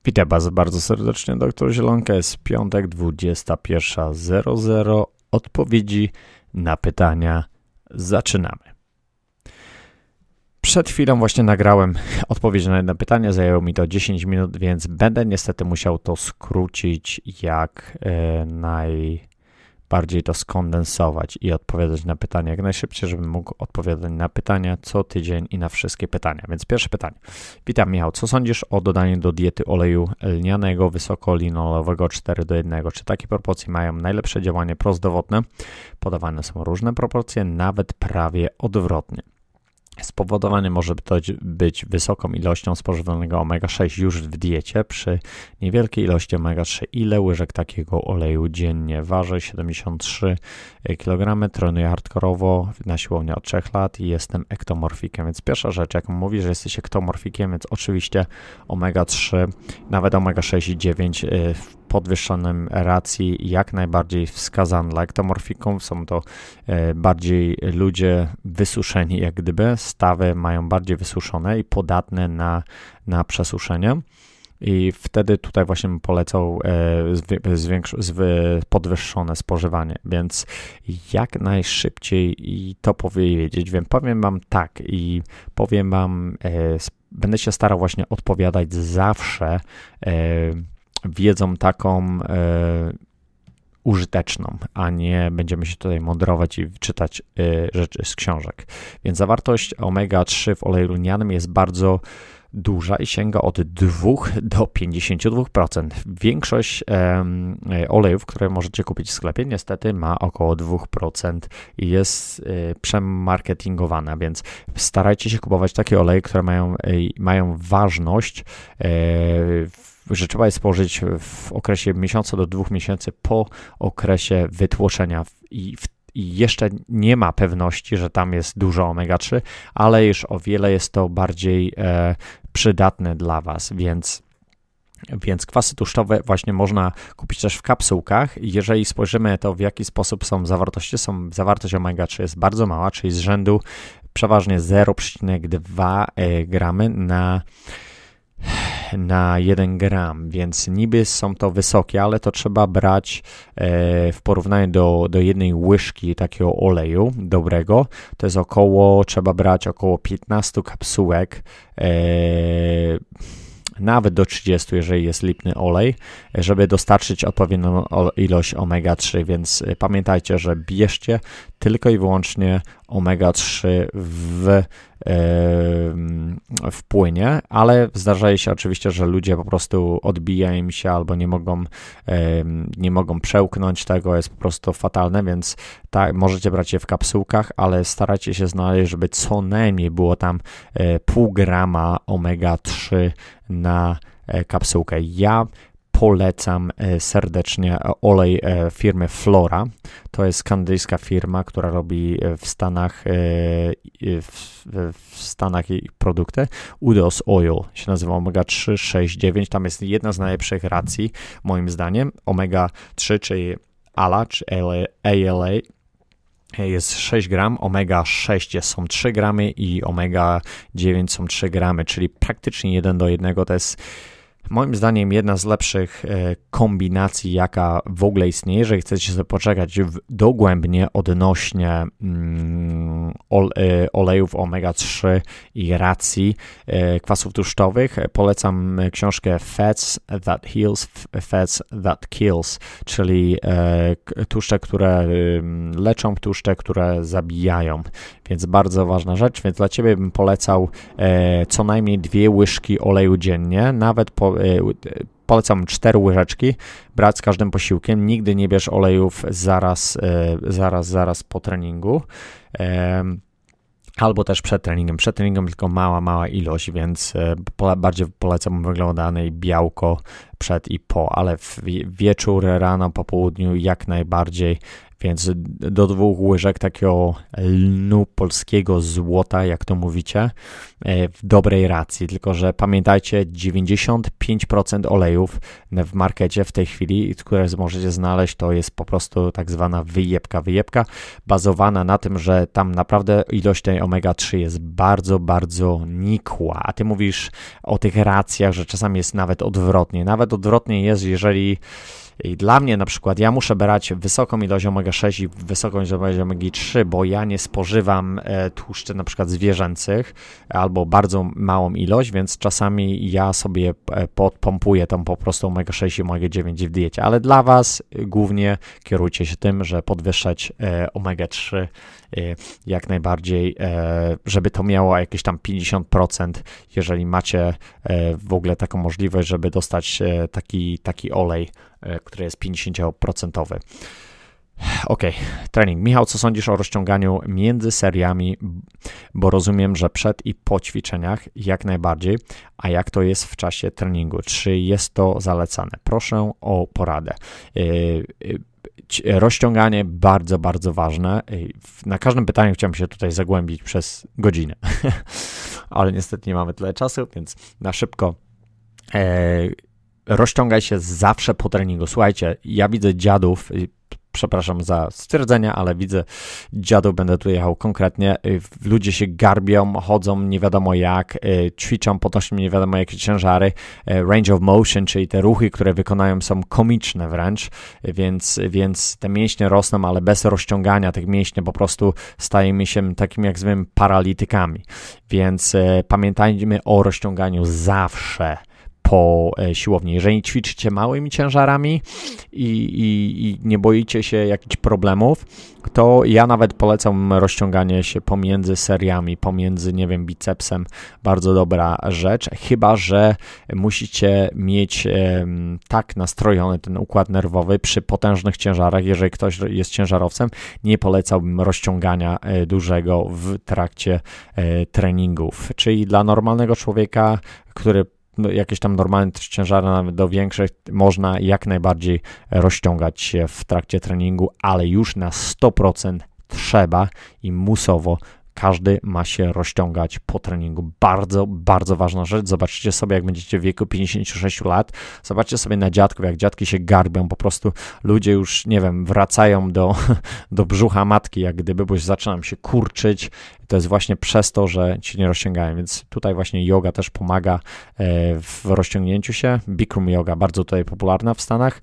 Witam Was bardzo serdecznie, Dr. Zielonka. Jest piątek, 21:00. Odpowiedzi na pytania zaczynamy. Przed chwilą właśnie nagrałem odpowiedź na jedno pytanie, zajęło mi to 10 minut, więc będę niestety musiał to skrócić jak najbardziej to skondensować i odpowiadać na pytania jak najszybciej, żebym mógł odpowiadać na pytania co tydzień i na wszystkie pytania. Więc pierwsze pytanie. Witam, Michał, co sądzisz o dodaniu do diety oleju lnianego wysokolinolowego 4:1? Czy takie proporcje mają najlepsze działanie prozdrowotne? Podawane są różne proporcje, nawet prawie odwrotnie. Spowodowane może to być wysoką ilością spożywanego omega-6 już w diecie. Przy niewielkiej ilości omega-3 ile łyżek takiego oleju dziennie? Ważę 73 kg, trenuję hardkorowo na siłowni od 3 lat i jestem ektomorfikiem. Więc pierwsza rzecz, jak mówisz, że jesteś ektomorfikiem, więc oczywiście omega-3, nawet omega-6 i 9 w podwyższonym racji jak najbardziej wskazane dla ektomorfików. Są to bardziej ludzie wysuszeni, jak gdyby. Stawy mają bardziej wysuszone i podatne na przesuszenie. I wtedy tutaj właśnie bym polecał podwyższone spożywanie, więc jak najszybciej i to powiedzieć, więc powiem Wam tak i powiem Wam, będę się starał właśnie odpowiadać zawsze wiedzą taką użyteczną, a nie będziemy się tutaj mądrować i czytać rzeczy z książek. Więc zawartość omega-3 w oleju lnianym jest bardzo duża i sięga od 2 do 52%. Większość olejów, które możecie kupić w sklepie, niestety ma około 2% i jest przemarketingowana, więc starajcie się kupować takie oleje, które mają ważność że trzeba je spożyć w okresie miesiąca do 2 miesięcy po okresie wytłoczenia i jeszcze nie ma pewności, że tam jest dużo omega-3, ale już o wiele jest to bardziej przydatne dla Was, więc kwasy tłuszczowe właśnie można kupić też w kapsułkach. Jeżeli spojrzymy to, w jaki sposób są zawartości, zawartość omega-3 jest bardzo mała, czyli z rzędu przeważnie 0,2 gramy na 1 gram, więc niby są to wysokie, ale to trzeba brać w porównaniu do jednej łyżki takiego oleju dobrego, to jest trzeba brać około 15 kapsułek, nawet do 30, jeżeli jest lipny olej, żeby dostarczyć odpowiednią ilość omega-3, więc pamiętajcie, że bierzcie tylko i wyłącznie omega-3 w płynie, ale zdarza się oczywiście, że ludzie po prostu odbijają im się albo nie mogą przełknąć tego, jest po prostu fatalne, więc możecie brać je w kapsułkach, ale starajcie się znaleźć, żeby co najmniej było tam pół grama omega-3 na kapsułkę. Ja polecam serdecznie olej firmy Flora. To jest kanadyjska firma, która robi w Stanach jej produkty. UDOS Oil się nazywa omega-3, 6, 9. Tam jest jedna z najlepszych racji, moim zdaniem. Omega-3, czyli ALA, czy ALA, jest 6 gram, omega-6 są 3 gramy i omega-9 są 3 gramy, czyli praktycznie 1 do 1. To jest moim zdaniem jedna z lepszych kombinacji, jaka w ogóle istnieje. Jeżeli chcecie sobie poczekać dogłębnie odnośnie olejów omega-3 i racji kwasów tłuszczowych, polecam książkę Fats That Heals, Fats That Kills, czyli tłuszcze, które leczą, tłuszcze, które zabijają. Więc bardzo ważna rzecz, więc dla Ciebie bym polecał co najmniej 2 łyżki oleju dziennie, nawet polecam 4 łyżeczki brać z każdym posiłkiem. Nigdy nie bierz olejów zaraz po treningu. Albo też przed treningiem. Przed treningiem tylko mała ilość, więc bardziej polecam węglowodany i białko przed i po, ale wieczór, rano, po południu jak najbardziej, więc do 2 łyżek takiego lnu polskiego złota, jak to mówicie, w dobrej racji, tylko że pamiętajcie, 95% olejów w markecie w tej chwili, które możecie znaleźć, to jest po prostu tak zwana wyjebka bazowana na tym, że tam naprawdę ilość tej omega-3 jest bardzo, bardzo nikła, a ty mówisz o tych racjach, że czasami jest nawet odwrotnie. Nawet odwrotnie jest, jeżeli dla mnie na przykład ja muszę brać wysoką ilość omega-6 i wysoką ilość omega-3, bo ja nie spożywam tłuszczy na przykład zwierzęcych albo bardzo małą ilość, więc czasami ja sobie podpompuję tą po prostu omega-6 i omega-9 w diecie, ale dla Was głównie kierujcie się tym, że podwyższać omega-3 jak najbardziej, żeby to miało jakieś tam 50%, jeżeli macie w ogóle taką możliwość, żeby dostać taki olej, który jest 50%. Ok, trening. Michał, co sądzisz o rozciąganiu między seriami, bo rozumiem, że przed i po ćwiczeniach jak najbardziej, a jak to jest w czasie treningu? Czy jest to zalecane? Proszę o poradę. Rozciąganie bardzo, bardzo ważne. Na każdym pytaniu chciałem się tutaj zagłębić przez godzinę, ale niestety nie mamy tyle czasu, więc na szybko. Rozciągaj się zawsze po treningu. Słuchajcie, ja widzę dziadów, przepraszam za stwierdzenia, ale widzę dziadów, będę tu jechał konkretnie, ludzie się garbią, chodzą nie wiadomo jak, ćwiczą, podnoszą nie wiadomo jakie ciężary, range of motion, czyli te ruchy, które wykonają są komiczne wręcz, więc te mięśnie rosną, ale bez rozciągania tych mięśni po prostu stajemy się takimi jak zwykłymi paralitykami, więc pamiętajmy o rozciąganiu zawsze po siłowni. Jeżeli ćwiczycie małymi ciężarami i nie boicie się jakichś problemów, to ja nawet polecam rozciąganie się pomiędzy seriami, pomiędzy, nie wiem, bicepsem, bardzo dobra rzecz, chyba że musicie mieć tak nastrojony ten układ nerwowy przy potężnych ciężarach, jeżeli ktoś jest ciężarowcem, nie polecałbym rozciągania dużego w trakcie treningów, czyli dla normalnego człowieka, który jakieś tam normalne ciężary, nawet do większych, można jak najbardziej rozciągać się w trakcie treningu, ale już na 100% trzeba i musowo każdy ma się rozciągać po treningu. Bardzo, bardzo ważna rzecz. Zobaczcie sobie, jak będziecie w wieku 56 lat, zobaczcie sobie na dziadków, jak dziadki się garbią, po prostu ludzie już, nie wiem, wracają do brzucha matki, jak gdyby, bo już zaczynam się kurczyć. To jest właśnie przez to, że się nie rozciągają, więc tutaj właśnie yoga też pomaga w rozciągnięciu się. Bikram yoga, bardzo tutaj popularna w Stanach,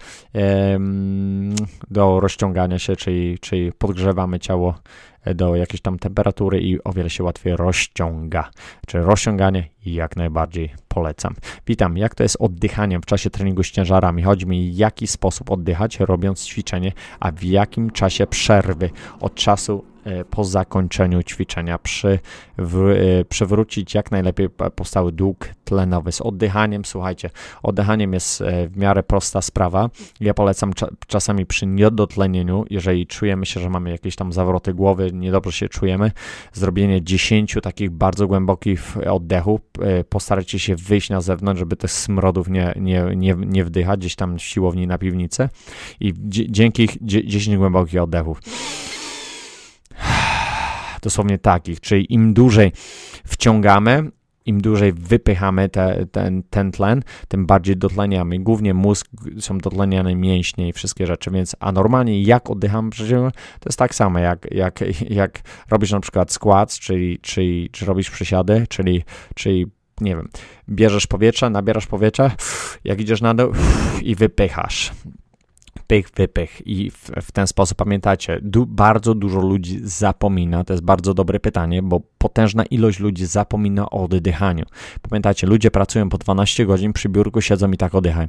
do rozciągania się, czyli podgrzewamy ciało do jakiejś tam temperatury i o wiele się łatwiej rozciąga. Czyli rozciąganie jak najbardziej polecam. Witam, jak to jest oddychaniem w czasie treningu z ciężarami? Chodzi mi, w jaki sposób oddychać, robiąc ćwiczenie, a w jakim czasie przerwy od czasu po zakończeniu ćwiczenia przywrócić jak najlepiej powstały dług tlenowy. Z oddychaniem, słuchajcie, oddychaniem jest w miarę prosta sprawa. Ja polecam czasami przy niedotlenieniu, jeżeli czujemy się, że mamy jakieś tam zawroty głowy, niedobrze się czujemy, zrobienie 10 takich bardzo głębokich oddechów, postarajcie się wyjść na zewnątrz, żeby tych smrodów nie wdychać gdzieś tam w siłowni na piwnicy i dzięki 10 głębokich oddechów. Dosłownie takich, czyli im dłużej wciągamy, im dłużej wypychamy ten tlen, tym bardziej dotleniamy. Głównie mózg, są dotleniane mięśnie i wszystkie rzeczy, więc a normalnie jak oddychamy, to jest tak samo, jak robisz na przykład squats, czy robisz przysiady, czyli nie wiem, bierzesz powietrze, nabierasz powietrze, jak idziesz na dół i wypychasz. Wypych i w ten sposób, pamiętajcie, bardzo dużo ludzi zapomina, to jest bardzo dobre pytanie, bo potężna ilość ludzi zapomina o oddychaniu. Pamiętajcie, ludzie pracują po 12 godzin, przy biurku siedzą i tak oddychają.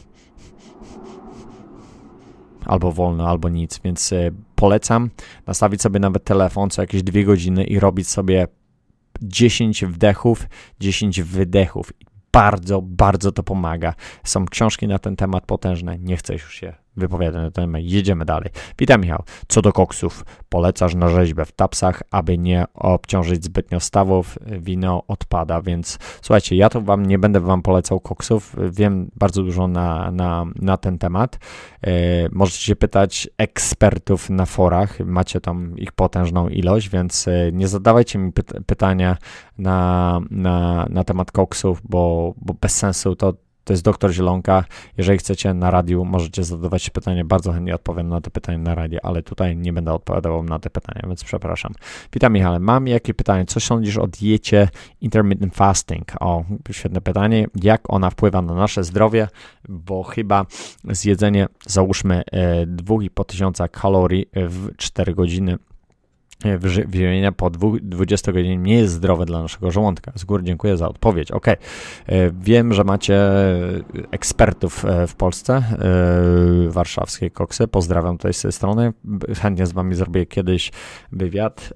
Albo wolno, albo nic, więc polecam nastawić sobie nawet telefon co jakieś 2 godziny i robić sobie 10 wdechów, 10 wydechów. Bardzo, bardzo to pomaga. Są książki na ten temat potężne, nie chcę już się wypowiadać na temat. Jedziemy dalej. Witam, Michał. Co do koksów, polecasz na rzeźbę w tapsach, aby nie obciążyć zbytnio stawów, wino odpada, więc słuchajcie, ja to nie będę wam polecał koksów, wiem bardzo dużo na ten temat. Możecie się pytać ekspertów na forach, macie tam ich potężną ilość, więc nie zadawajcie mi pytania na temat koksów, bo bez sensu to jest doktor Zielonka. Jeżeli chcecie na radiu, możecie zadawać pytania. Bardzo chętnie odpowiem na te pytania na radiu, ale tutaj nie będę odpowiadał na te pytania, więc przepraszam. Witam, Michale. Mam jakie pytanie? Co sądzisz o diecie intermittent fasting? O, świetne pytanie. Jak ona wpływa na nasze zdrowie? Bo chyba zjedzenie, załóżmy 2500 kalorii w 4 godziny wyżywienia po 20 godzin nie jest zdrowe dla naszego żołądka. Z góry dziękuję za odpowiedź. Ok, wiem, że macie ekspertów w Polsce, warszawskie koksy. Pozdrawiam tutaj z tej strony. Chętnie z wami zrobię kiedyś wywiad.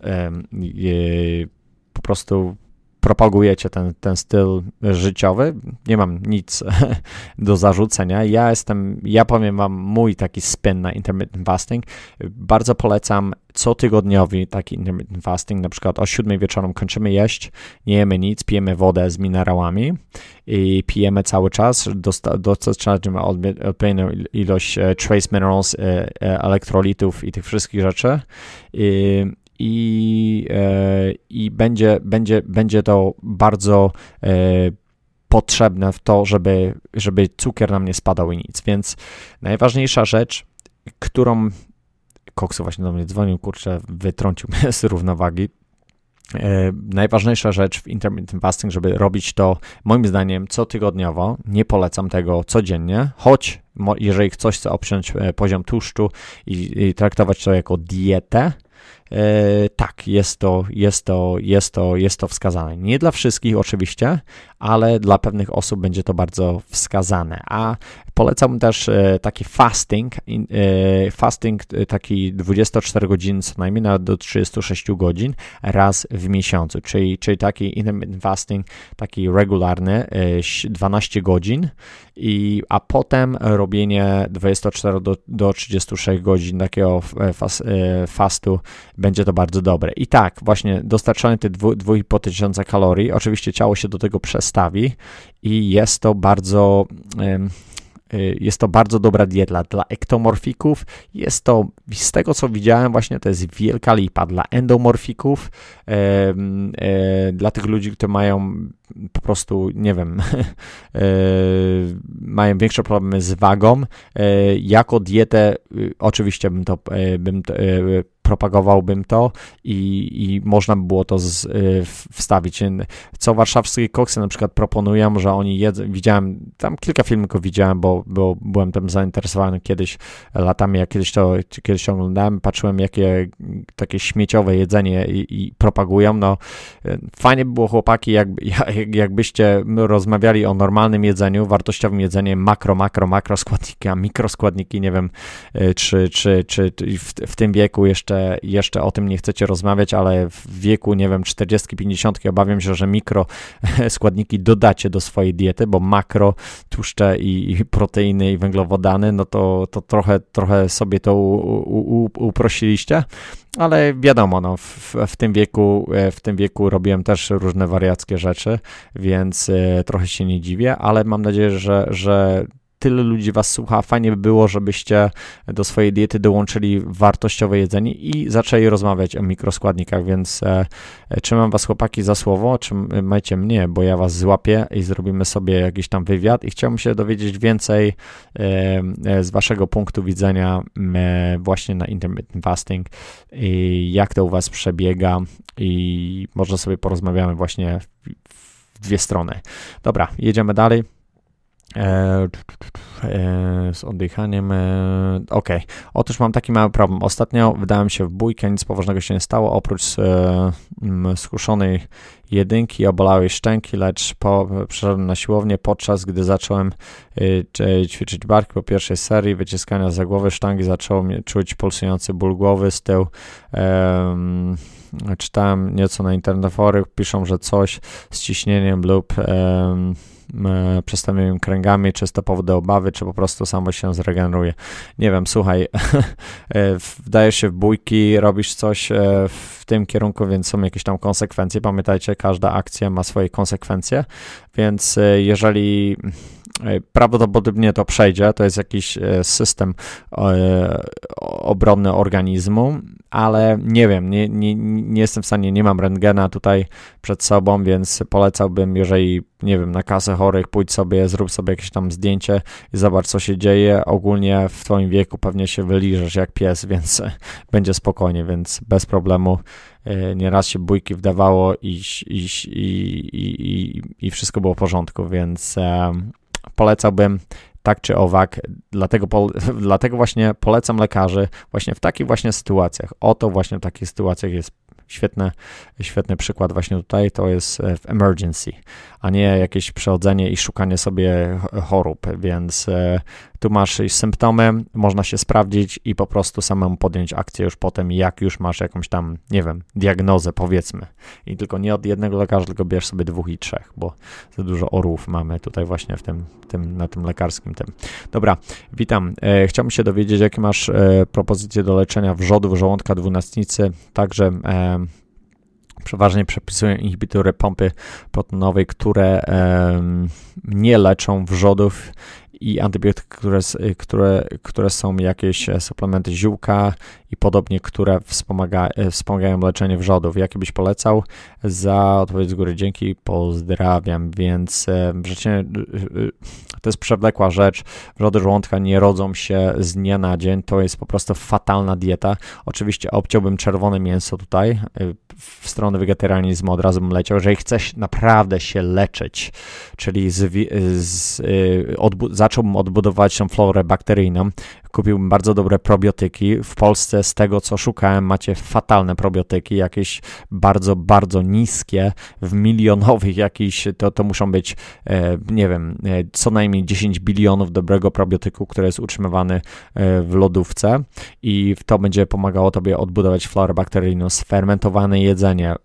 Po prostu propagujecie ten styl życiowy. Nie mam nic do zarzucenia. Ja powiem wam mój taki spin na intermittent fasting. Bardzo polecam cotygodniowy taki intermittent fasting, na przykład o 7 wieczorem kończymy jeść, nie jemy nic, pijemy wodę z minerałami i pijemy cały czas, dostarczamy odpowiednią ilość trace minerals, elektrolitów i tych wszystkich rzeczy. I będzie to bardzo potrzebne w to, żeby cukier nam nie spadał i nic. Więc najważniejsza rzecz, którą Koksu właśnie do mnie dzwonił, kurczę, wytrącił mnie z równowagi. Najważniejsza rzecz w intermittent fasting, żeby robić to moim zdaniem cotygodniowo, nie polecam tego codziennie, choć jeżeli ktoś chce obciąć poziom tłuszczu i traktować to jako dietę, tak, jest to wskazane. Nie dla wszystkich oczywiście, ale dla pewnych osób będzie to bardzo wskazane. A polecam też taki fasting taki 24 godzin, co najmniej nawet do 36 godzin raz w miesiącu, czyli taki intermittent fasting, taki regularny, 12 godzin, a potem robienie 24 do 36 godzin takiego fastu będzie to bardzo dobre. I tak, właśnie dostarczanie tych 2500 kalorii, oczywiście ciało się do tego przestawi i jest to bardzo dobra dieta dla ektomorfików. Jest to, z tego co widziałem właśnie, to jest wielka lipa dla endomorfików, dla tych ludzi, którzy mają po prostu, nie wiem, mają większe problemy z wagą. Jako dietę oczywiście propagowałbym to i można by było to wstawić. Co warszawskie koksy na przykład proponują, że oni jedzą, widziałem, tam kilka filmików widziałem, bo byłem tym zainteresowany kiedyś, latami, jak kiedyś to oglądałem, patrzyłem jakie takie śmieciowe jedzenie i propagują, no fajnie by było, chłopaki, jakbyście rozmawiali o normalnym jedzeniu, wartościowym jedzeniu, makroskładniki, a mikroskładniki, nie wiem, czy w tym wieku jeszcze o tym nie chcecie rozmawiać, ale w wieku, nie wiem, 40-50 obawiam się, że mikroskładniki dodacie do swojej diety, bo makro, tłuszcze i proteiny i węglowodany, no to trochę sobie to uprosiliście, ale wiadomo, no, w tym wieku robiłem też różne wariackie rzeczy, więc trochę się nie dziwię, ale mam nadzieję, że tyle ludzi was słucha, fajnie by było, żebyście do swojej diety dołączyli wartościowe jedzenie i zaczęli rozmawiać o mikroskładnikach, więc trzymam was, chłopaki, za słowo, trzymajcie mnie, bo ja was złapię i zrobimy sobie jakiś tam wywiad i chciałbym się dowiedzieć więcej z waszego punktu widzenia właśnie na intermittent fasting i jak to u was przebiega i może sobie porozmawiamy właśnie w dwie strony. Dobra, jedziemy dalej. Z oddychaniem. Ok. Otóż mam taki mały problem. Ostatnio wydałem się w bójkę, nic poważnego się nie stało, oprócz skruszonej jedynki, obolały szczęki, lecz przeszedłem na siłownię, podczas gdy zacząłem ćwiczyć barki po pierwszej serii wyciskania za głowy sztangi, zaczął mnie czuć pulsujący ból głowy z tyłu. Czytałem nieco na internetowych, piszą, że coś z ciśnieniem lub przestawieniem kręgami, czy jest to powód do obawy, czy po prostu samo się zregeneruje. Nie wiem, słuchaj, wdajesz się w bójki, robisz coś w tym kierunku, więc są jakieś tam konsekwencje. Pamiętajcie, każda akcja ma swoje konsekwencje, więc jeżeli prawdopodobnie to przejdzie, to jest jakiś system obronny organizmu, ale nie wiem, nie jestem w stanie, nie mam rentgena tutaj przed sobą, więc polecałbym, jeżeli, nie wiem, na kasę chorych, pójdź sobie, zrób sobie jakieś tam zdjęcie i zobacz, co się dzieje. Ogólnie w twoim wieku pewnie się wyliżesz jak pies, więc będzie spokojnie, więc bez problemu. Nieraz się bójki wdawało i wszystko było w porządku, więc polecałbym tak czy owak, dlatego właśnie polecam lekarzy właśnie w takich właśnie sytuacjach. Oto właśnie w takich sytuacjach jest świetny przykład właśnie tutaj, to jest w emergency, a nie jakieś przechodzenie i szukanie sobie chorób, więc tu masz symptomy, można się sprawdzić i po prostu samemu podjąć akcję już potem, jak już masz jakąś tam, nie wiem, diagnozę powiedzmy. I tylko nie od jednego lekarza, tylko bierz sobie 2 i 3, bo za dużo orłów mamy tutaj właśnie na tym lekarskim tym. Dobra, witam. Chciałbym się dowiedzieć, jakie masz propozycje do leczenia wrzodów żołądka dwunastnicy, także przeważnie przepisuję inhibitory pompy protonowej, które nie leczą wrzodów i antybiotyki, które są jakieś suplementy ziółka i podobnie, które wspomagają leczenie wrzodów. Jakie byś polecał? Za odpowiedź z góry dzięki, pozdrawiam. Więc to jest przewlekła rzecz. Wrzody żołądka nie rodzą się z dnia na dzień. To jest po prostu fatalna dieta. Oczywiście obciąłbym czerwone mięso tutaj. W stronę wegetarianizmu od razu bym leciał. Jeżeli chcesz naprawdę się leczyć, czyli zacząłbym odbudować tą florę bakteryjną, kupiłbym bardzo dobre probiotyki. W Polsce z tego, co szukałem, macie fatalne probiotyki, jakieś bardzo, bardzo niskie, w milionowych jakichś, to muszą być, nie wiem, co najmniej 10 bilionów dobrego probiotyku, który jest utrzymywany w lodówce i to będzie pomagało tobie odbudować florę bakteryjną. Sfermentowane jedzenie,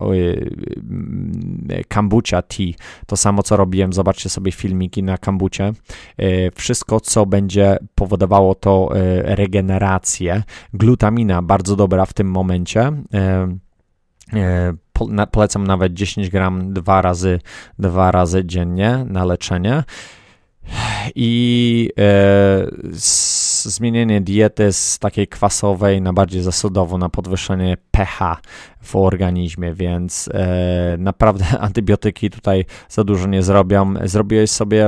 kombucha tea, to samo, co robiłem, zobaczcie sobie filmiki na kombucie. Wszystko, co będzie powodowało to regenerację. Glutamina bardzo dobra w tym momencie. Polecam nawet 10 gram 2 razy dziennie na leczenie. I zmienienie diety z takiej kwasowej na bardziej zasadową, na podwyższenie pH w organizmie, więc naprawdę antybiotyki tutaj za dużo nie zrobią. Zrobiłeś sobie,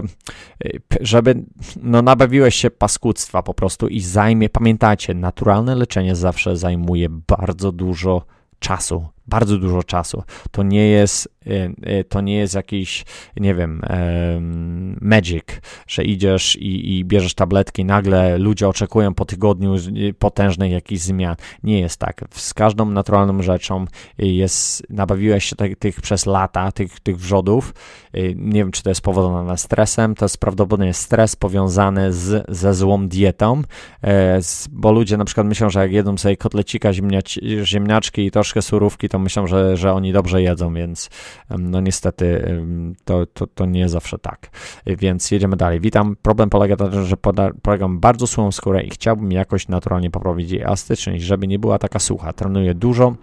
nabawiłeś się paskudztwa po prostu i pamiętajcie, naturalne leczenie zawsze zajmuje bardzo dużo czasu. To nie jest jakiś, nie wiem, magic, że idziesz i bierzesz tabletki, nagle ludzie oczekują po tygodniu potężnych jakichś zmian. Nie jest tak. Z każdą naturalną rzeczą nabawiłeś się tych przez lata, tych wrzodów. Nie wiem, czy to jest spowodowane stresem, to jest prawdopodobnie stres powiązany ze złą dietą, bo ludzie na przykład myślą, że jak jedzą sobie kotlecika, ziemniaczki i troszkę surówki, to myślą, że oni dobrze jedzą, więc no niestety to nie zawsze tak. Więc jedziemy dalej. Witam. Problem polega na tym, że polegam bardzo suchą skórę i chciałbym jakoś naturalnie poprawić jej elastyczność, żeby nie była taka sucha. Trenuję dużo.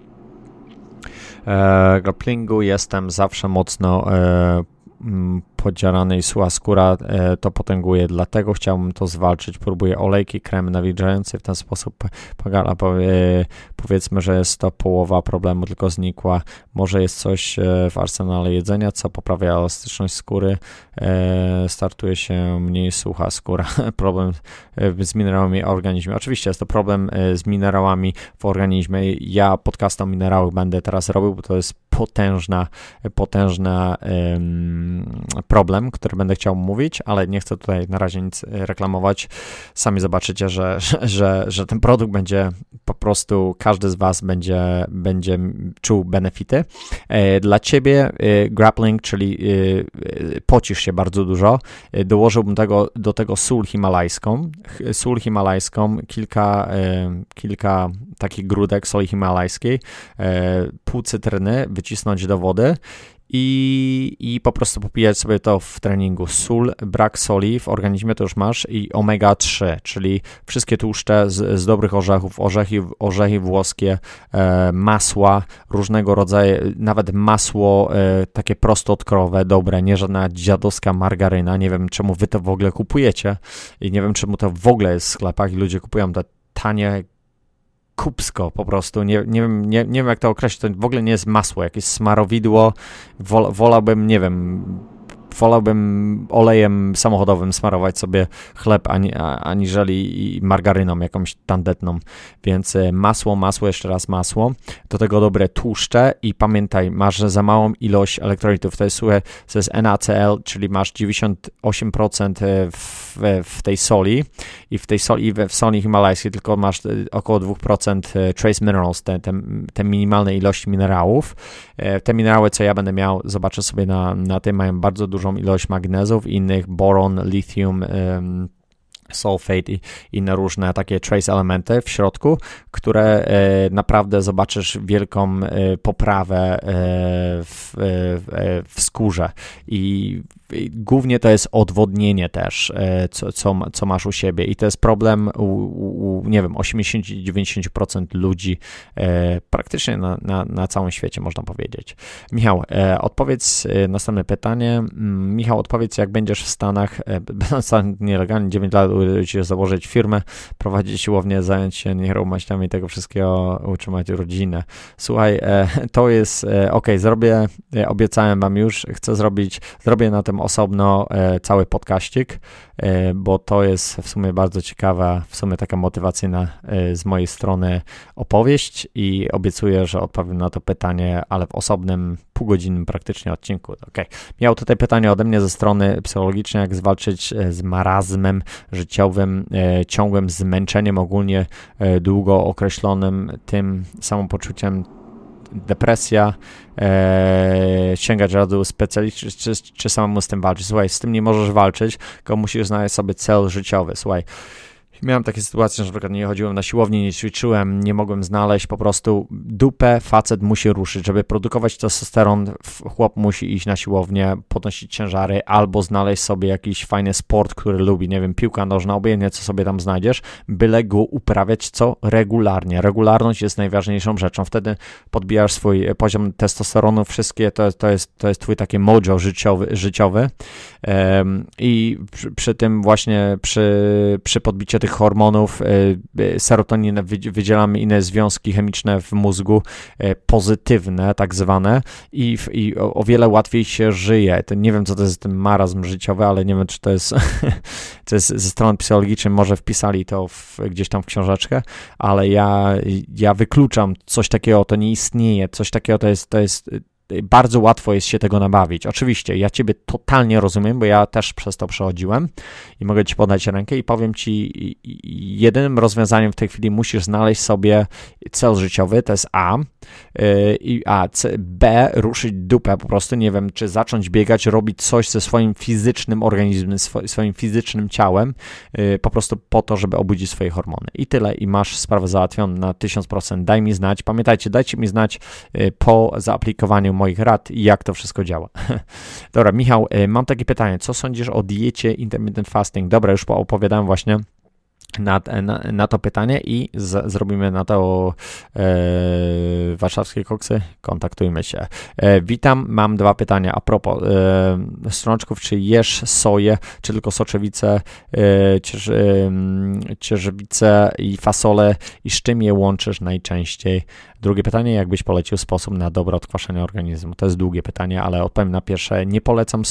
Grapplingu jestem zawsze mocno podzierany i sucha skóra to potęguje, dlatego chciałbym to zwalczyć. Próbuję olejki, kremy nawilżające, w ten sposób powiedzmy, że jest to połowa problemu, tylko znikła. Może jest coś w arsenale jedzenia, co poprawia elastyczność skóry, startuje się mniej sucha skóra. Problem z minerałami w organizmie. Oczywiście jest to problem z minerałami w organizmie. Ja podcast o minerałach będę teraz robił, bo to jest potężna problem, który będę chciał mówić, ale nie chcę tutaj na razie nic reklamować. Sami zobaczycie, że ten produkt będzie po prostu, każdy z was będzie czuł benefity. Dla ciebie grappling, czyli pocisz się bardzo dużo. Dołożyłbym do tego sól himalajską. Sól himalajską, kilka takich grudek soli himalajskiej, pół cytryny wycisnąć do wody i po prostu popijać sobie to w treningu. Sól, brak soli w organizmie to już masz i omega-3, czyli wszystkie tłuszcze z dobrych orzechów, orzechy włoskie, masła, różnego rodzaju, nawet masło takie prostoodkrowe, dobre, nie żadna dziadowska margaryna. Nie wiem, czemu wy to w ogóle kupujecie i nie wiem, czemu to w ogóle jest w sklepach i ludzie kupują te tanie kupsko po prostu, nie wiem jak to określić, to w ogóle nie jest masło, jakieś smarowidło, wolałbym olejem samochodowym smarować sobie chleb, aniżeli margaryną jakąś tandetną, więc masło, jeszcze raz masło, do tego dobre tłuszcze i pamiętaj, masz za małą ilość elektrolitów, to jest NaCl, czyli masz 98% w tej soli i w soli himalajskiej tylko masz około 2% trace minerals, te minimalne ilości minerałów. Te minerały, co ja będę miał, zobaczę sobie na tym, mają bardzo dużą ilość magnezów, innych boron, lithium, sulfate i inne różne takie trace elementy w środku, które naprawdę zobaczysz wielką poprawę w skórze i głównie to jest odwodnienie też, co masz u siebie i to jest problem nie wiem, 80-90% ludzi praktycznie na całym świecie, można powiedzieć. Michał, odpowiedz następne pytanie. Michał, odpowiedz, jak będziesz w Stanach, będąc nielegalnie 9 lat, uczyć założyć firmę, prowadzić siłownię, zająć się nieruchomościami i tego wszystkiego, utrzymać rodzinę. Słuchaj, to jest obiecałem wam już, zrobię na tym osobno cały podcaścik, bo to jest w sumie bardzo ciekawa, w sumie taka motywacyjna z mojej strony opowieść i obiecuję, że odpowiem na to pytanie, ale w osobnym, półgodzinnym praktycznie odcinku. Miał tutaj pytanie ode mnie ze strony psychologicznej, jak zwalczyć z marazmem życiowym, ciągłym zmęczeniem, ogólnie długo określonym tym samopoczuciem, depresja, sięgać rady specjalistów, czy samemu z tym walczyć. Słuchaj, z tym nie możesz walczyć, tylko musisz znaleźć sobie cel życiowy. Słuchaj, miałem takie sytuacje, że na przykład nie chodziłem na siłownię, nie ćwiczyłem, nie mogłem znaleźć, po prostu dupę facet musi ruszyć. Żeby produkować testosteron, chłop musi iść na siłownię, podnosić ciężary albo znaleźć sobie jakiś fajny sport, który lubi, nie wiem, piłka nożna, obojętnie co sobie tam znajdziesz, byle go uprawiać regularnie. Regularność jest najważniejszą rzeczą. Wtedy podbijasz swój poziom testosteronu, wszystkie, to jest twój taki mojo życiowy i przy tym właśnie, przy podbiciu tych hormonów, serotoninę, wydzielamy inne związki chemiczne w mózgu, pozytywne tak zwane i o wiele łatwiej się żyje. To nie wiem, co to jest ten marazm życiowy, ale nie wiem, czy to jest ze strony psychologicznej, może wpisali to gdzieś tam w książeczkę, ale ja wykluczam coś takiego, to nie istnieje, coś takiego to jest bardzo łatwo jest się tego nabawić. Oczywiście, ja ciebie totalnie rozumiem, bo ja też przez to przechodziłem i mogę ci podać rękę i powiem ci, jedynym rozwiązaniem w tej chwili musisz znaleźć sobie cel życiowy, to jest B, ruszyć dupę po prostu, nie wiem, czy zacząć biegać, robić coś ze swoim fizycznym organizmem, swoim fizycznym ciałem, po prostu po to, żeby obudzić swoje hormony. I tyle, i masz sprawę załatwioną na 1000%. Daj mi znać, pamiętajcie, dajcie mi znać po zaaplikowaniu moich rad i jak to wszystko działa. Dobra, Michał, mam takie pytanie. Co sądzisz o diecie intermittent fasting? Dobra, już opowiadałem właśnie na to pytanie i zrobimy na to warszawskie koksy. Kontaktujmy się. Witam, mam 2 pytania. A propos strączków, czy jesz soję, czy tylko soczewicę, cieczewice i fasolę i z czym je łączysz najczęściej? Drugie pytanie, jakbyś polecił sposób na dobre odkwaszenie organizmu? To jest długie pytanie, ale odpowiem na pierwsze. Nie polecam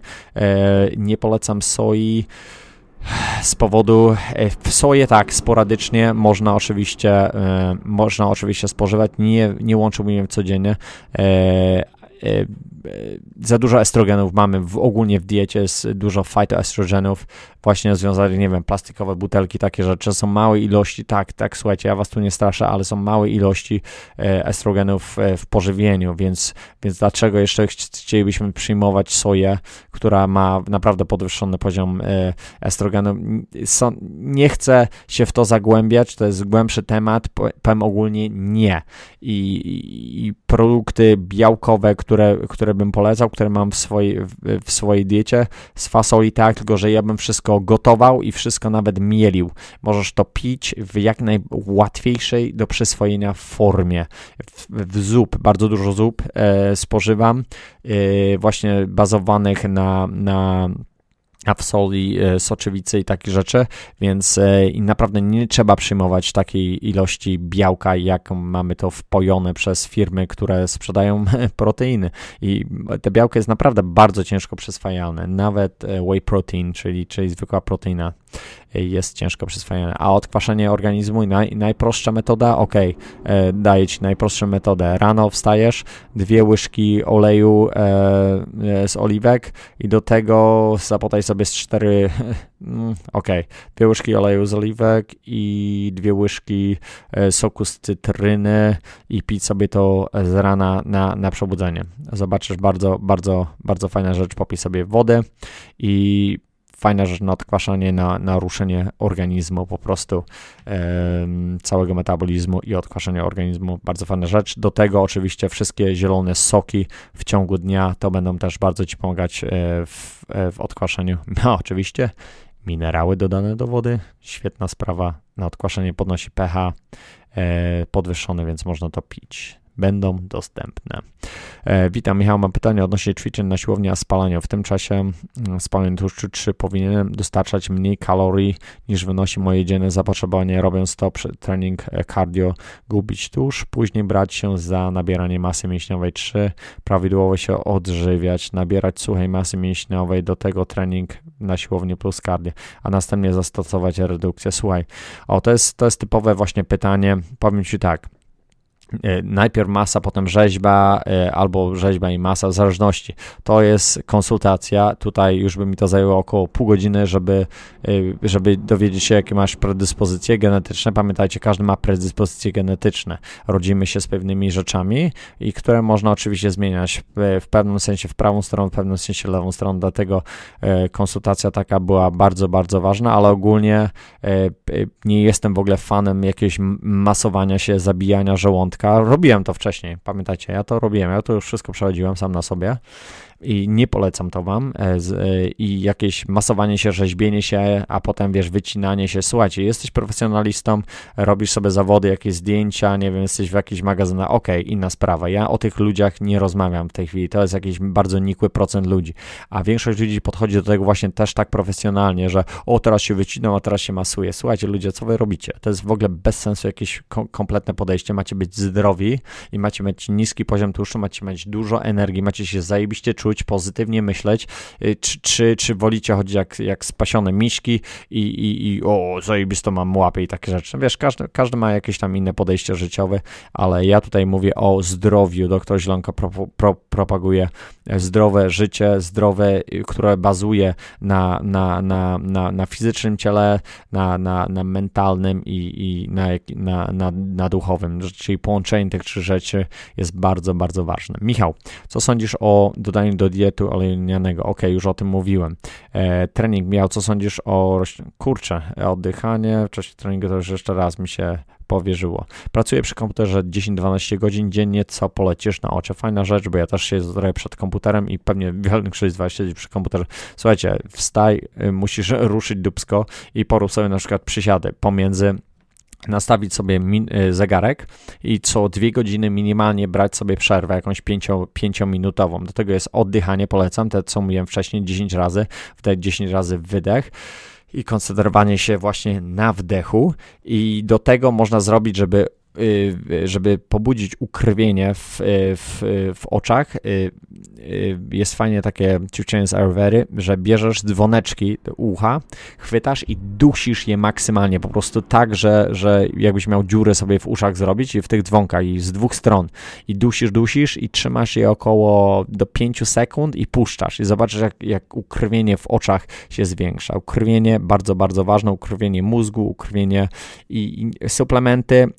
soi z powodu soję tak sporadycznie można oczywiście spożywać, nie łączyłbym jej codziennie. za dużo estrogenów mamy ogólnie w diecie, jest dużo phytoestrogenów, właśnie związanych, nie wiem, plastikowe butelki, takie rzeczy, są małe ilości, tak, słuchajcie, ja was tu nie straszę, ale są małe ilości estrogenów w pożywieniu, więc dlaczego jeszcze chcielibyśmy przyjmować soję, która ma naprawdę podwyższony poziom estrogenu? Nie chcę się w to zagłębiać, to jest głębszy temat, powiem ogólnie nie. I produkty białkowe, które bym polecał, które mam w swojej diecie, z fasoli tak, tylko że ja bym wszystko gotował i wszystko nawet mielił. Możesz to pić w jak najłatwiejszej do przyswojenia formie. W zup, bardzo dużo zup spożywam, właśnie bazowanych na soli, soczewicy i takie rzeczy, więc i naprawdę nie trzeba przyjmować takiej ilości białka, jak mamy to wpojone przez firmy, które sprzedają proteiny. I te białko jest naprawdę bardzo ciężko przyswajalne. Nawet whey protein, czyli zwykła proteina, jest ciężko przyswajane. A odkwaszenie organizmu, najprostsza metoda, daję ci najprostszą metodę. Rano wstajesz, 2 łyżki oleju z oliwek i do tego zapotaj sobie z 4, 2 łyżki oleju z oliwek i 2 łyżki soku z cytryny i pić sobie to z rana na przebudzenie. Zobaczysz, bardzo, bardzo, bardzo fajna rzecz, popij sobie wodę i fajna rzecz na odkwaszanie, na ruszenie organizmu, po prostu całego metabolizmu i odkwaszenie organizmu. Bardzo fajna rzecz. Do tego oczywiście wszystkie zielone soki w ciągu dnia, to będą też bardzo ci pomagać w odkwaszeniu. No oczywiście minerały dodane do wody, świetna sprawa. Na odkwaszenie podnosi pH podwyższony, więc można to pić. Będą dostępne. Witam, Michał, mam pytanie odnośnie ćwiczeń na siłowni, a spalaniu. W tym czasie spalanie tłuszczu, czy powinienem dostarczać mniej kalorii niż wynosi moje dzienne zapotrzebowanie, robiąc to trening cardio, gubić tłuszcz, później brać się za nabieranie masy mięśniowej, 3, prawidłowo się odżywiać, nabierać suchej masy mięśniowej, do tego trening na siłowni plus cardio, a następnie zastosować redukcję. Słuchaj, to jest typowe właśnie pytanie, powiem ci tak. Najpierw masa, potem rzeźba, albo rzeźba i masa, w zależności. To jest konsultacja. Tutaj już by mi to zajęło około pół godziny, żeby dowiedzieć się, jakie masz predyspozycje genetyczne. Pamiętajcie, każdy ma predyspozycje genetyczne. Rodzimy się z pewnymi rzeczami i które można oczywiście zmieniać w pewnym sensie w prawą stronę, w pewnym sensie lewą stronę. Dlatego konsultacja taka była bardzo, bardzo ważna, ale ogólnie nie jestem w ogóle fanem jakiegoś masowania się, zabijania żołądka. Robiłem to wcześniej, pamiętajcie, ja to robiłem, ja to już wszystko przechodziłem sam na sobie i nie polecam to wam i jakieś masowanie się, rzeźbienie się, a potem wycinanie się. Słuchajcie, jesteś profesjonalistą, robisz sobie zawody, jakieś zdjęcia, nie wiem, jesteś w jakichś magazynach, inna sprawa. Ja o tych ludziach nie rozmawiam w tej chwili, to jest jakiś bardzo nikły procent ludzi, a większość ludzi podchodzi do tego właśnie też tak profesjonalnie, że teraz się wycinam, a teraz się masuje. Słuchajcie ludzie, co wy robicie? To jest w ogóle bez sensu jakieś kompletne podejście, macie być zdrowi i macie mieć niski poziom tłuszczu, macie mieć dużo energii, macie się zajebiście czuć, pozytywnie myśleć, czy wolicie chodzić jak spasione miśki i zajebisto mam łapy i takie rzeczy. Wiesz, każdy ma jakieś tam inne podejście życiowe, ale ja tutaj mówię o zdrowiu. Doktor Zielonko propaguje zdrowe życie, zdrowe, które bazuje na fizycznym ciele, na mentalnym i na duchowym, czyli połączenie tych 3 rzeczy jest bardzo, bardzo ważne. Michał, co sądzisz o dodaniu do diety oleju lnianego? Już o tym mówiłem. Trening, Michał, co sądzisz o oddychanie w czasie treningu, to już jeszcze raz mi się powierzyło. Pracuję przy komputerze 10-12 godzin dziennie, co polecisz na oczy? Fajna rzecz, bo ja też się zrobię przed komputerem i pewnie większość z was siedzi przy komputerze. Słuchajcie, wstaj, musisz ruszyć dupsko i porób sobie na przykład przysiady pomiędzy, nastawić sobie zegarek i co 2 godziny minimalnie brać sobie przerwę, jakąś 5-minutową. Do tego jest oddychanie, polecam, te co mówiłem wcześniej, 10 razy wdech, 10 razy wydech i koncentrowanie się właśnie na wdechu i do tego można zrobić, żeby żeby pobudzić ukrwienie w oczach, jest fajnie takie ćwiczenie z Ayurvedy, że bierzesz dzwoneczki do ucha, chwytasz i dusisz je maksymalnie, po prostu tak, że jakbyś miał dziurę sobie w uszach zrobić i w tych dzwonkach i z dwóch stron i dusisz i trzymasz je około do 5 sekund i puszczasz i zobaczysz jak ukrwienie w oczach się zwiększa. Ukrwienie bardzo, bardzo ważne, ukrwienie mózgu, ukrwienie i suplementy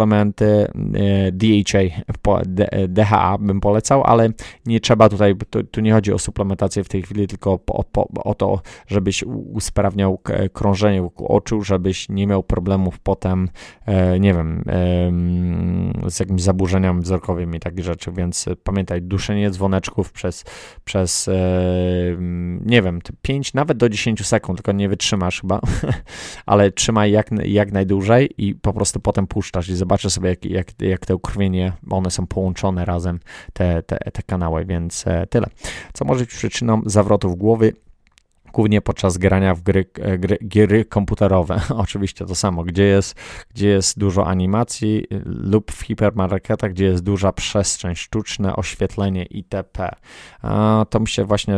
DHA bym polecał, ale nie trzeba tutaj, tu nie chodzi o suplementację w tej chwili, tylko o to, żebyś usprawniał krążenie wokół oczu, żebyś nie miał problemów potem, nie wiem, z jakimiś zaburzeniami wzrokowymi i takie rzeczy, więc pamiętaj, duszenie dzwoneczków przez nie wiem, 5 nawet do 10 sekund, tylko nie wytrzymasz chyba, ale trzymaj jak najdłużej i po prostu potem puszczasz i zobaczysz sobie, jak te ukrwienie, one są połączone razem, te kanały, więc tyle. Co może być przyczyną zawrotów głowy? Głównie podczas grania w gry komputerowe. Oczywiście to samo, gdzie jest dużo animacji lub w hipermarketach, gdzie jest duża przestrzeń, sztuczne oświetlenie itp. To mi się właśnie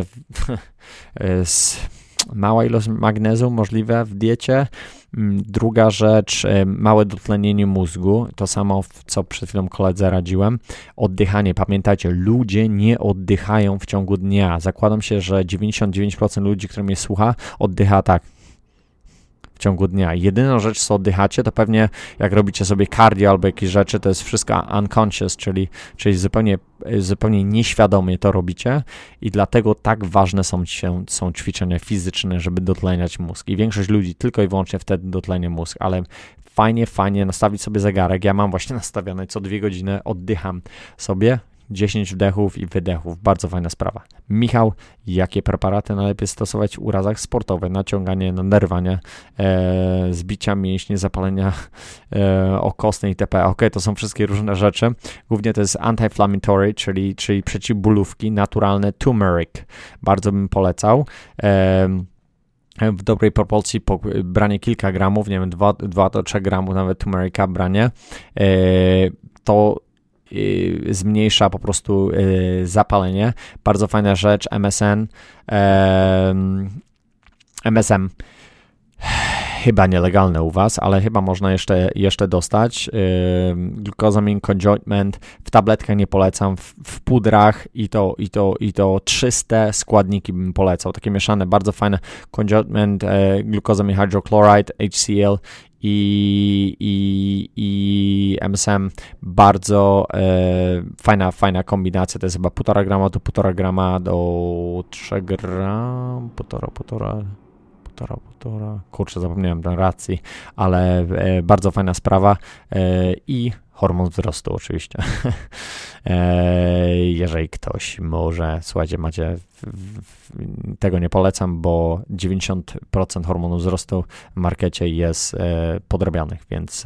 mała ilość magnezu możliwe w diecie. Druga rzecz, małe dotlenienie mózgu, to samo, co przed chwilą koledze radziłem. Oddychanie, pamiętajcie, ludzie nie oddychają w ciągu dnia. Zakładam się, że 99% ludzi, którzy mnie słucha, oddycha tak w ciągu dnia. Jedyną rzecz, co oddychacie, to pewnie jak robicie sobie cardio albo jakieś rzeczy, to jest wszystko unconscious, czyli zupełnie nieświadomie to robicie i dlatego tak ważne są ćwiczenia fizyczne, żeby dotleniać mózg. I większość ludzi tylko i wyłącznie wtedy dotlenia mózg, ale fajnie nastawić sobie zegarek. Ja mam właśnie nastawiony, co 2 godziny oddycham sobie, 10 wdechów i wydechów. Bardzo fajna sprawa. Michał, jakie preparaty najlepiej stosować w urazach sportowych? Naciąganie, naderwanie, zbicia mięśni, zapalenia okostne itp. Ok, to są wszystkie różne rzeczy. Głównie to jest anti-inflammatory, czyli przeciwbólówki, naturalne turmeric. Bardzo bym polecał. W dobrej proporcji branie kilka gramów, nie wiem, 2 do 3 gramów nawet turmerica branie, to zmniejsza po prostu zapalenie. Bardzo fajna rzecz, MSM. Chyba nielegalne u was, ale chyba można jeszcze dostać. Glucosamine conjointment w tabletkach nie polecam, w pudrach i to czyste składniki bym polecał. Takie mieszane, bardzo fajne conjointment, glucosamine hydrochloride, HCl i MSM, bardzo fajna kombinacja, to jest chyba 1,5 grama do 1,5 grama do 3 gram, 1,5, kurczę, zapomniałem tej racji, ale bardzo fajna sprawa i hormon wzrostu oczywiście. Jeżeli ktoś może, słuchajcie, tego nie polecam, bo 90% hormonu wzrostu w markecie jest podrabianych, więc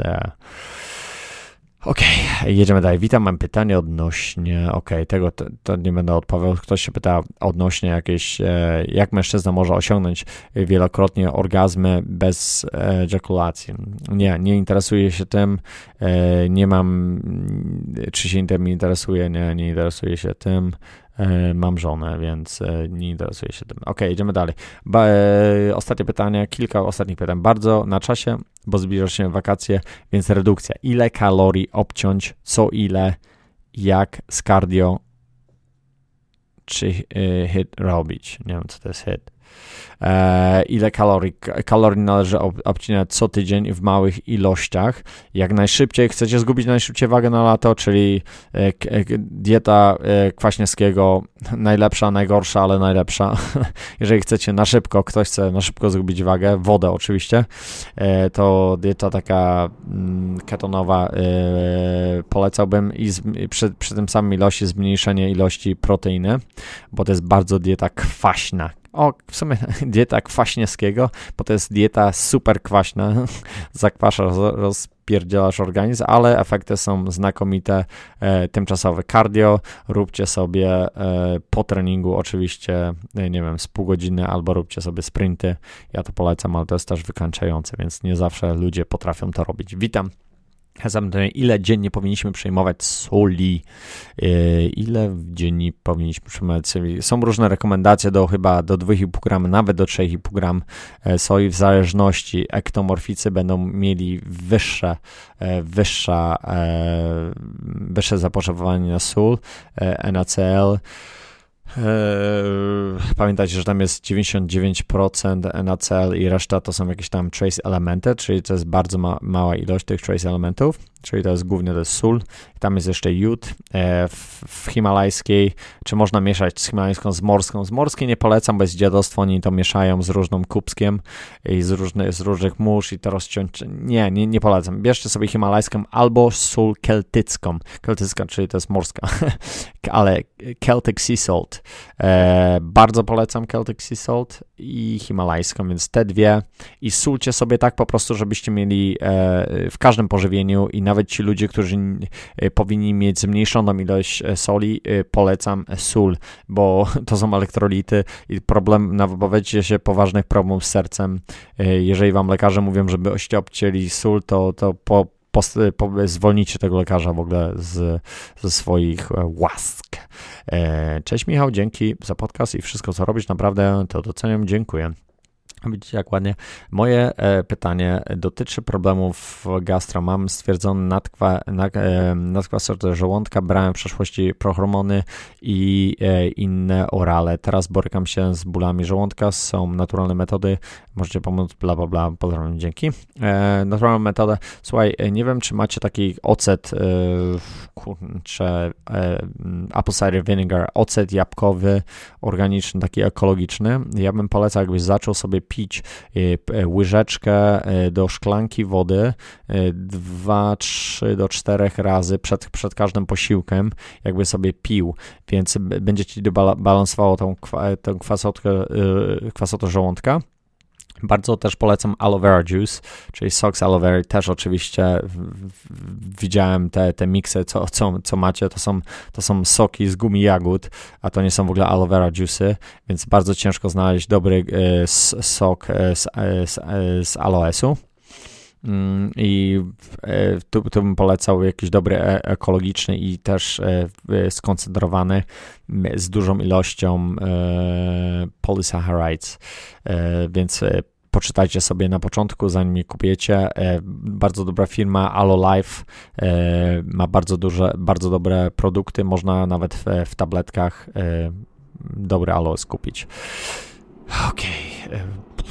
okej, jedziemy dalej. Witam, mam pytanie odnośnie, tego to nie będę odpowiadał. Ktoś się pyta odnośnie jakieś, jak mężczyzna może osiągnąć wielokrotnie orgazmy bez ejakulacji. Nie interesuję się tym, nie mam, czy się tym interesuje, nie interesuję się tym. Mam żonę, więc nie interesuję się tym. Jedziemy dalej. Ostatnie pytanie, kilka ostatnich pytań. Bardzo na czasie, bo zbliża się wakacje, więc redukcja. Ile kalorii obciąć, co ile, jak z cardio, czy hit robić? Nie wiem, co to jest hit. Ile kalorii należy obcinać co tydzień w małych ilościach. Jak najszybciej chcecie zgubić najszybciej wagę na lato, czyli dieta Kwaśniewskiego, najlepsza, najgorsza, ale najlepsza. Jeżeli chcecie na szybko, ktoś chce na szybko zgubić wagę, wodę oczywiście, to dieta taka ketonowa polecałbym i przy tym samym ilości zmniejszenie ilości proteiny, bo to jest bardzo dieta kwaśna. W sumie dieta Kwaśniewskiego, bo to jest dieta super kwaśna, zakwaszasz, rozpierdzielasz organizm, ale efekty są znakomite, tymczasowe. Cardio róbcie sobie po treningu oczywiście, nie wiem, z pół godziny, albo róbcie sobie sprinty, ja to polecam, ale to jest też wykańczające, więc nie zawsze ludzie potrafią to robić. Witam. Ile dziennie powinniśmy przyjmować soli? Ile dziennie powinniśmy przyjmować soli? Są różne rekomendacje chyba do 2,5 gram, nawet do 3,5 gram soli, w zależności. Ektomorficy będą mieli wyższe zapotrzebowanie na sól, NaCl. Pamiętajcie, że tam jest 99% NaCl i reszta to są jakieś tam trace elementy, czyli to jest bardzo mała ilość tych trace elementów, czyli to jest głównie sól. Tam jest jeszcze jód. W himalajskiej, czy można mieszać z himalajską z morską? Z morskiej nie polecam, bo jest dziadostwo, oni to mieszają z różnym kubskiem i z różnych mórz i to rozciąć. Nie polecam. Bierzcie sobie himalajską albo sól keltycką. Keltycka, czyli to jest morska, ale Celtic Sea Salt. Bardzo polecam Celtic Sea Salt i himalajską, więc te dwie i sólcie sobie tak po prostu, żebyście mieli w każdym pożywieniu i nawet ci ludzie, którzy powinni mieć zmniejszoną ilość soli, polecam sól, bo to są elektrolity i nabawicie się poważnych problemów z sercem. Jeżeli wam lekarze mówią, żeby obcięli sól, to zwolnijcie tego lekarza w ogóle ze swoich łask. Cześć Michał, dzięki za podcast i wszystko co robisz, naprawdę to doceniam, dziękuję. Widzicie jak ładnie. Moje pytanie dotyczy problemów gastro. Mam stwierdzony nadkwasowość żołądka, brałem w przeszłości prohormony i inne orale. Teraz borykam się z bólami żołądka, są naturalne metody, możecie pomóc, bla bla bla, pozdrawiam, dzięki. Naturalna metoda, słuchaj, nie wiem czy macie taki ocet, apple cider vinegar, ocet jabłkowy, organiczny, taki ekologiczny. Ja bym polecał, jakbyś zaczął sobie pić łyżeczkę do szklanki wody 2-3 do 4 razy przed każdym posiłkiem, jakby sobie pił, więc będzie ci balansowało tą kwasotę żołądka. Bardzo też polecam aloe vera juice, czyli sok z aloe vera. Też oczywiście widziałem te miksy, co macie, to są soki z gumi jagód, a to nie są w ogóle aloe vera juice'y, więc bardzo ciężko znaleźć dobry sok z aloesu. I tu bym polecał jakiś dobry ekologiczny i też skoncentrowany z dużą ilością polysaccharides, więc poczytajcie sobie na początku, zanim je kupiecie. Bardzo dobra firma Alolife ma bardzo dobre produkty, można nawet w tabletkach dobry aloes kupić. Okej.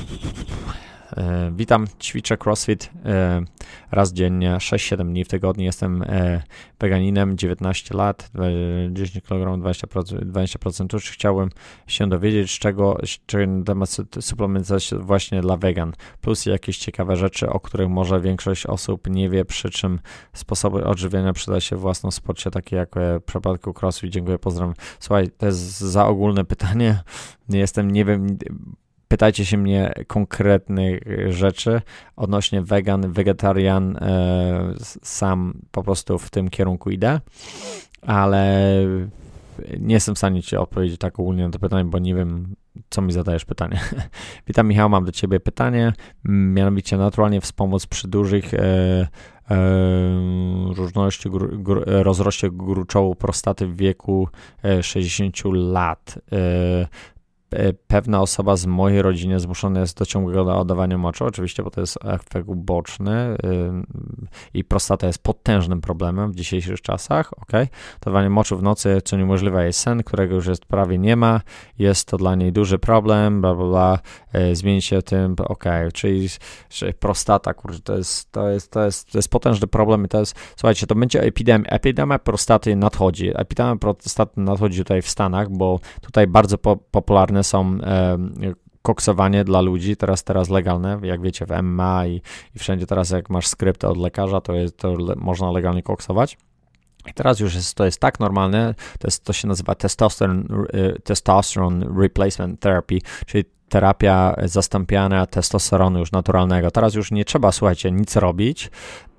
Witam, ćwiczę CrossFit raz dziennie, 6-7 dni w tygodniu. Jestem weganinem, 19 lat, 10 kg, 20% tłuszczu. Chciałbym się dowiedzieć, czy na temat suplementacji właśnie dla wegan, plus jakieś ciekawe rzeczy, o których może większość osób nie wie, przy czym sposoby odżywiania przyda się w własnym sporcie, takie jak w przypadku CrossFit. Dziękuję, pozdrawiam. Słuchaj, to jest za ogólne pytanie. Nie wiem, pytajcie się mnie konkretnych rzeczy odnośnie wegan, wegetarian, sam po prostu w tym kierunku idę, ale nie jestem w stanie ci odpowiedzieć tak ogólnie na to pytanie, bo nie wiem, co mi zadajesz pytanie. Witam Michał, mam do ciebie pytanie, mianowicie naturalnie wspomóc przy dużych rozroście gruczołu prostaty w wieku 60 lat. Pewna osoba z mojej rodziny zmuszona jest do ciągłego oddawania moczu, oczywiście, bo to jest efekt uboczny i prostata jest potężnym problemem w dzisiejszych czasach, Oddawanie moczu w nocy, co niemożliwe jest sen, którego już prawie nie ma, jest to dla niej duży problem, bla, bla, bla, zmieni się tym, czyli prostata, to jest potężny problem i to jest, słuchajcie, to będzie epidemia prostaty nadchodzi, tutaj w Stanach, bo tutaj bardzo popularne są koksowanie dla ludzi, teraz legalne, jak wiecie w MMA i wszędzie teraz jak masz skrypt od lekarza, to można legalnie koksować. I teraz już to jest tak normalne, to się nazywa testosterone replacement therapy, czyli terapia zastąpiania testosteronu już naturalnego. Teraz już nie trzeba, słuchajcie, nic robić,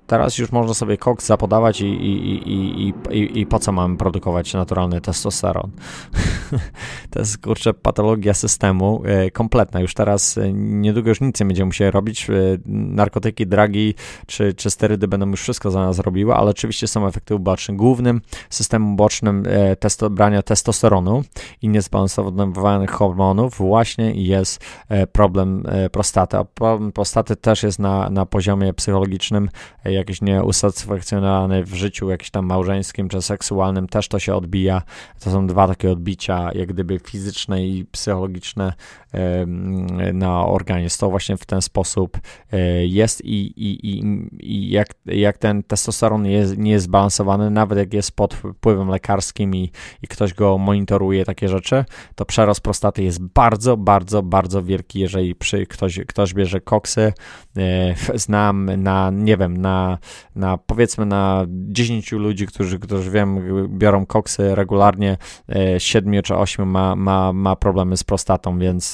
teraz już można sobie koks zapodawać i po co mamy produkować naturalny testosteron? To jest, kurczę, patologia systemu kompletna. Już teraz niedługo już nic nie będziemy musieli robić. Narkotyki, dragi czy sterydy będą już wszystko za nas robiły, ale oczywiście są efekty uboczne. Głównym systemem ubocznym brania testosteronu i niezbalansowanych hormonów właśnie jest problem prostaty. A problem prostaty też jest na poziomie psychologicznym jakiś nieusatysfakcjonowany w życiu jakimś tam małżeńskim czy seksualnym. Też to się odbija. To są dwa takie odbicia, jak gdyby fizyczne i psychologiczne na organizm. To właśnie w ten sposób jest i jak ten testosteron nie jest zbalansowany, nawet jak jest pod wpływem lekarskim i ktoś go monitoruje, takie rzeczy, to przerost prostaty jest bardzo, bardzo, bardzo wielki, jeżeli ktoś bierze koksy. Znam nie wiem, powiedzmy na 10 ludzi, którzy wiem, biorą koksy regularnie, 7 czy 8 ma problemy z prostatą, więc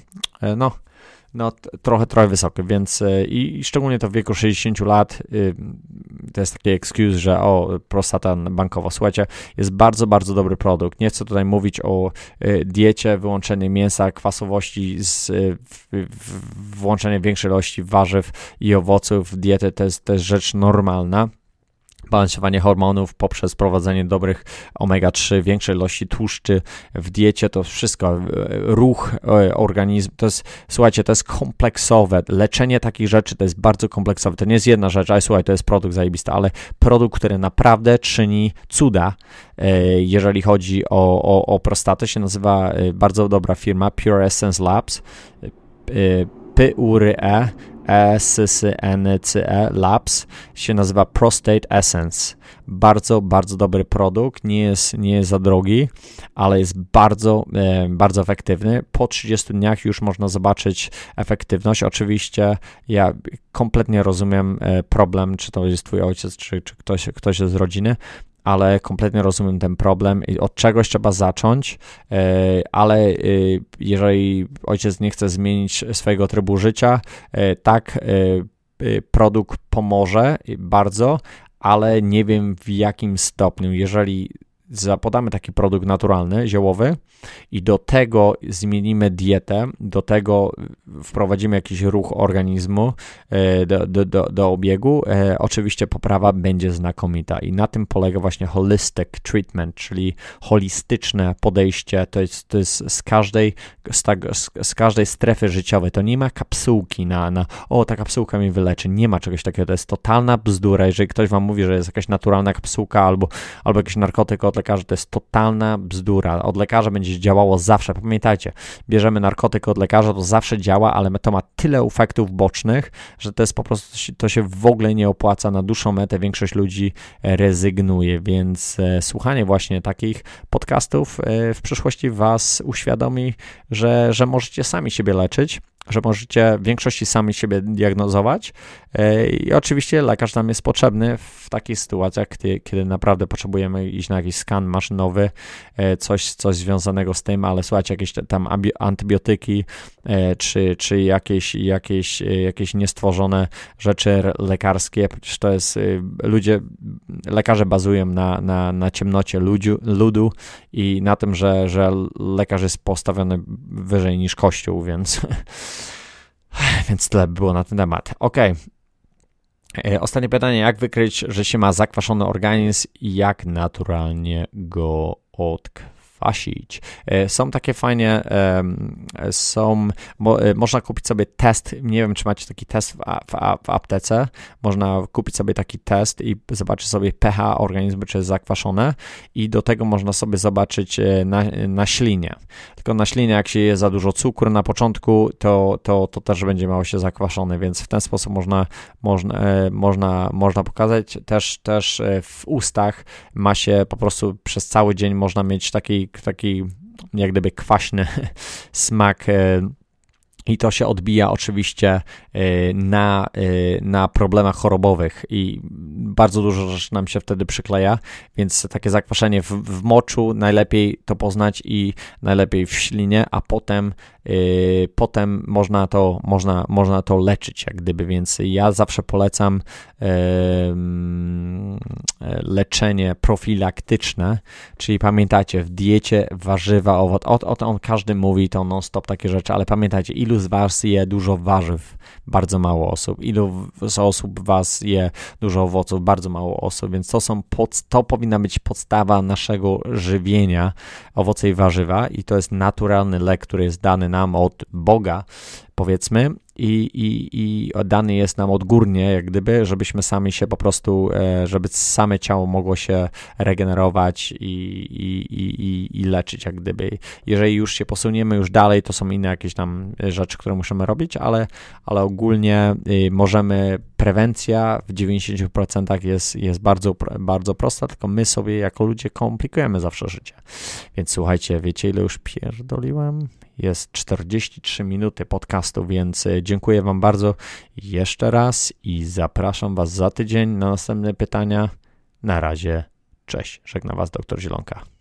trochę wysoki, więc i szczególnie to w wieku 60 lat to jest taki excuse, że prostata bankowa. Słuchajcie, jest bardzo, bardzo dobry produkt. Nie chcę tutaj mówić o diecie, wyłączenie mięsa, kwasowości, włączenie większej ilości warzyw i owoców w dietę, to jest rzecz normalna. Balansowanie hormonów poprzez prowadzenie dobrych omega-3, większej ilości tłuszczy w diecie, to wszystko, ruch organizmu, słuchajcie, to jest kompleksowe. Leczenie takich rzeczy to jest bardzo kompleksowe. To nie jest jedna rzecz, słuchaj, to jest produkt zajebisty, ale produkt, który naprawdę czyni cuda, jeżeli chodzi o prostatę, się nazywa bardzo dobra firma Pure Essence Labs, PURE ESSNCE Labs, się nazywa Prostate Essence. Bardzo, bardzo dobry produkt, nie jest za drogi, ale jest bardzo, bardzo efektywny. Po 30 dniach już można zobaczyć efektywność. Oczywiście ja kompletnie rozumiem problem, czy to jest twój ojciec, czy ktoś z rodziny, ale kompletnie rozumiem ten problem i od czegoś trzeba zacząć, ale jeżeli ojciec nie chce zmienić swojego trybu życia, tak, produkt pomoże bardzo, ale nie wiem w jakim stopniu. Jeżeli podamy taki produkt naturalny, ziołowy i do tego zmienimy dietę, do tego wprowadzimy jakiś ruch organizmu do obiegu, oczywiście poprawa będzie znakomita i na tym polega właśnie holistic treatment, czyli holistyczne podejście, to jest z każdej strefy życiowej, to nie ma kapsułki ta kapsułka mnie wyleczy, nie ma czegoś takiego, to jest totalna bzdura. Jeżeli ktoś wam mówi, że jest jakaś naturalna kapsułka albo jakiś narkotyk od lekarza, to jest totalna bzdura. Od lekarza będzie działało zawsze. Pamiętajcie, bierzemy narkotyk od lekarza, to zawsze działa, ale to ma tyle efektów bocznych, że to jest po prostu, to się w ogóle nie opłaca. Na dłuższą metę większość ludzi rezygnuje, więc słuchanie właśnie takich podcastów w przyszłości was uświadomi, że możecie sami siebie leczyć, że możecie w większości sami siebie diagnozować i oczywiście lekarz nam jest potrzebny w takich sytuacjach, kiedy naprawdę potrzebujemy iść na jakiś skan maszynowy, coś związanego z tym, ale słuchajcie, jakieś tam antybiotyki czy jakieś niestworzone rzeczy lekarskie, przecież to jest, lekarze bazują na ciemnocie ludu i na tym, że lekarz jest postawiony wyżej niż Kościół, więc tyle by było na ten temat. Okej. Ostatnie pytanie, jak wykryć, że się ma zakwaszony organizm i jak naturalnie go odkwasić? Są takie fajnie, można kupić sobie test, nie wiem, czy macie taki test w aptece, można kupić sobie taki test i zobaczyć sobie pH organizmu, czy jest zakwaszone i do tego można sobie zobaczyć na ślinie. Tylko na ślinie, jak się je za dużo cukru na początku, to też będzie miało się zakwaszone, więc w ten sposób można pokazać. Też w ustach ma się po prostu przez cały dzień można mieć taki jak gdyby kwaśny smak i to się odbija oczywiście na problemach chorobowych i bardzo dużo rzeczy nam się wtedy przykleja, więc takie zakwaszenie w moczu najlepiej to poznać i najlepiej w ślinie, a potem potem można to leczyć jak gdyby, więc ja zawsze polecam leczenie profilaktyczne, czyli pamiętajcie, w diecie warzywa, owoc, on każdy mówi to non-stop takie rzeczy, ale pamiętajcie, ilu z was je dużo warzyw? Bardzo mało osób. Ilu z osób was je dużo owoców? Bardzo mało osób, więc to powinna być podstawa naszego żywienia, owoce i warzywa, i to jest naturalny lek, który jest dany nam od Boga, powiedzmy, i dany jest nam odgórnie, jak gdyby, żebyśmy sami się po prostu, żeby same ciało mogło się regenerować i leczyć, jak gdyby. Jeżeli już się posuniemy już dalej, to są inne jakieś tam rzeczy, które musimy robić, ale ogólnie możemy, prewencja w 90% jest bardzo, bardzo prosta, tylko my sobie jako ludzie komplikujemy zawsze życie. Więc słuchajcie, wiecie ile już pierdoliłem? Jest 43 minuty podcastu, więc dziękuję wam bardzo jeszcze raz i zapraszam was za tydzień na następne pytania. Na razie, cześć, żegna was dr Zielonka.